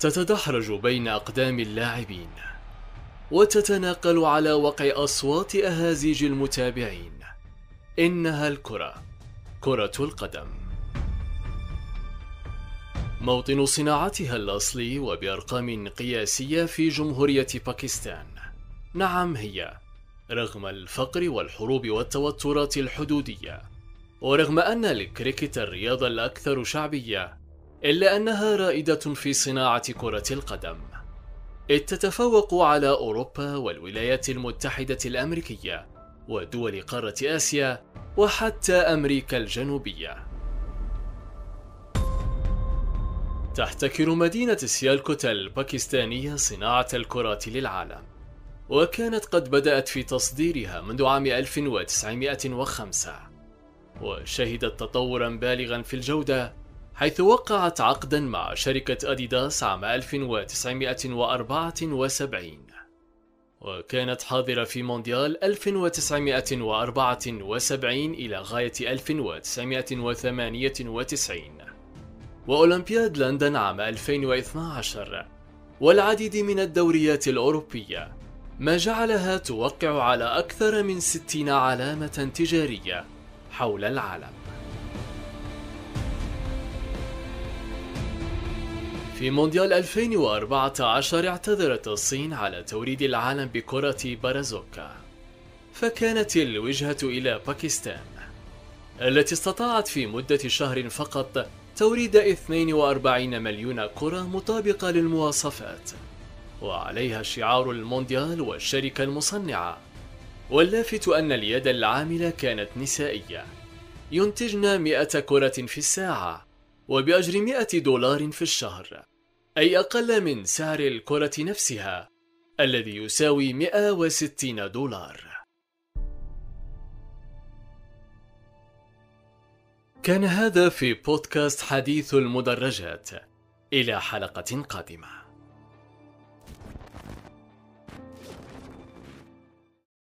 تتدحرج بين أقدام اللاعبين وتتناقل على وقع أصوات أهازيج المتابعين. إنها الكرة، كرة القدم، موطن صناعتها الأصلي وبأرقام قياسية في جمهورية باكستان. نعم، هي رغم الفقر والحروب والتوترات الحدودية، ورغم أن الكريكت الرياضة الأكثر شعبية، إلا أنها رائدة في صناعة كرة القدم، إذ تتفوق على أوروبا والولايات المتحدة الأمريكية ودول قارة آسيا وحتى أمريكا الجنوبية. تحتكر مدينة سيالكوت الباكستانية صناعة الكرات للعالم، وكانت قد بدأت في تصديرها منذ عام 1905، وشهدت تطورا بالغا في الجودة، حيث وقعت عقدا مع شركة أديداس عام 1974، وكانت حاضرة في مونديال 1974 إلى غاية 1998، وأولمبياد لندن عام 2012، والعديد من الدوريات الأوروبية، ما جعلها توقع على أكثر من 60 علامة تجارية حول العالم. في مونديال 2014 اعتذرت الصين على توريد العالم بكرة بارازوكا، فكانت الوجهة إلى باكستان التي استطاعت في مدة شهر فقط توريد 42 مليون كرة مطابقة للمواصفات، وعليها شعار المونديال والشركة المصنعة. واللافت أن اليد العاملة كانت نسائية، ينتجن 100 كرة في الساعة وبأجر $100 في الشهر، أي أقل من سعر الكرة نفسها الذي يساوي $160. كان هذا في بودكاست حديث المدرجات، إلى حلقة قادمة.